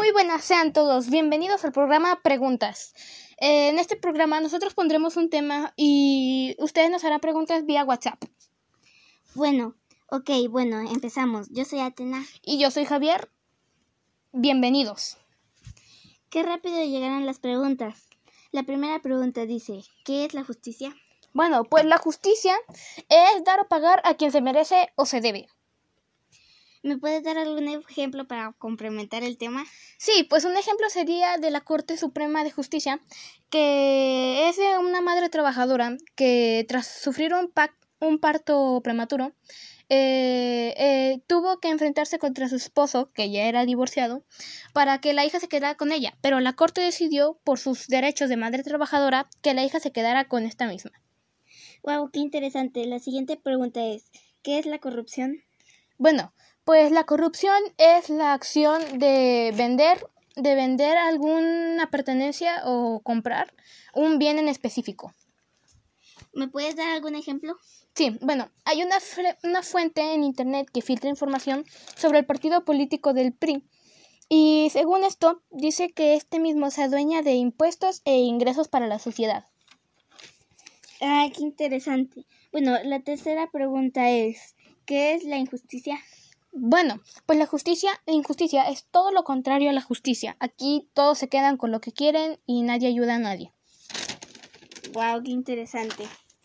Muy buenas, sean todos bienvenidos al programa Preguntas. En este programa nosotros pondremos un tema y ustedes nos harán preguntas vía WhatsApp. Bueno, empezamos. Yo soy Atena. Y yo soy Javier. Bienvenidos. Qué rápido llegaron las preguntas. La primera pregunta dice, ¿qué es la justicia? Bueno, pues la justicia es dar o pagar a quien se merece o se debe. ¿Me puedes dar algún ejemplo para complementar el tema? Sí, pues un ejemplo sería de la Corte Suprema de Justicia, que es de una madre trabajadora que tras sufrir un parto prematuro, tuvo que enfrentarse contra su esposo, que ya era divorciado, para que la hija se quedara con ella, pero la Corte decidió, por sus derechos de madre trabajadora, que la hija se quedara con esta misma. Wow, qué interesante. La siguiente pregunta es, ¿qué es la corrupción? Bueno, pues la corrupción es la acción de vender alguna pertenencia o comprar un bien en específico. ¿Me puedes dar algún ejemplo? Sí, bueno, hay una fuente en internet que filtra información sobre el partido político del PRI. Y según esto, dice que este mismo se adueña de impuestos e ingresos para la sociedad. Ah, qué interesante. Bueno, la tercera pregunta es, ¿qué es la injusticia? Bueno, pues la injusticia es todo lo contrario a la justicia. Aquí todos se quedan con lo que quieren y nadie ayuda a nadie. Wow, qué interesante.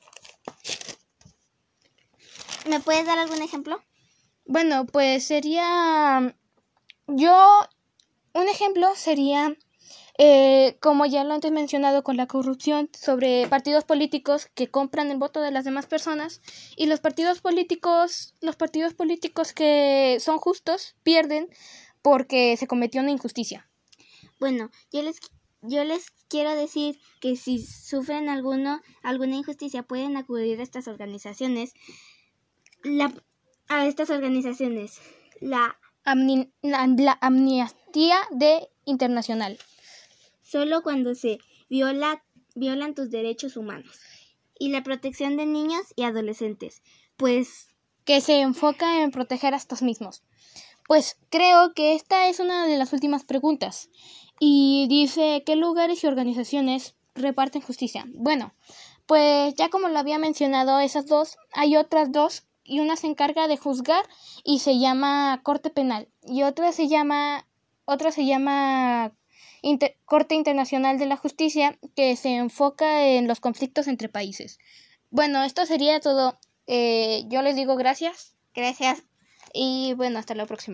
¿Me puedes dar algún ejemplo? Bueno, pues un ejemplo sería, como ya lo antes mencionado con la corrupción, sobre partidos políticos que compran el voto de las demás personas y los partidos políticos que son justos pierden porque se cometió una injusticia. Bueno, yo les quiero decir que si sufren alguna injusticia pueden acudir a estas organizaciones. La Amnistía Internacional. Solo cuando se violan tus derechos humanos. Y la protección de niños y adolescentes, pues que se enfoca en proteger a estos mismos. Pues creo que esta es una de las últimas preguntas. Y dice, ¿qué lugares y organizaciones reparten justicia? Bueno, pues ya como lo había mencionado, esas dos, hay otras dos, y una se encarga de juzgar y se llama Corte Penal, y otra se llama Corte Internacional de la Justicia, que se enfoca en los conflictos entre países. Bueno, esto sería todo. Yo les digo gracias. Gracias. Y bueno, hasta la próxima.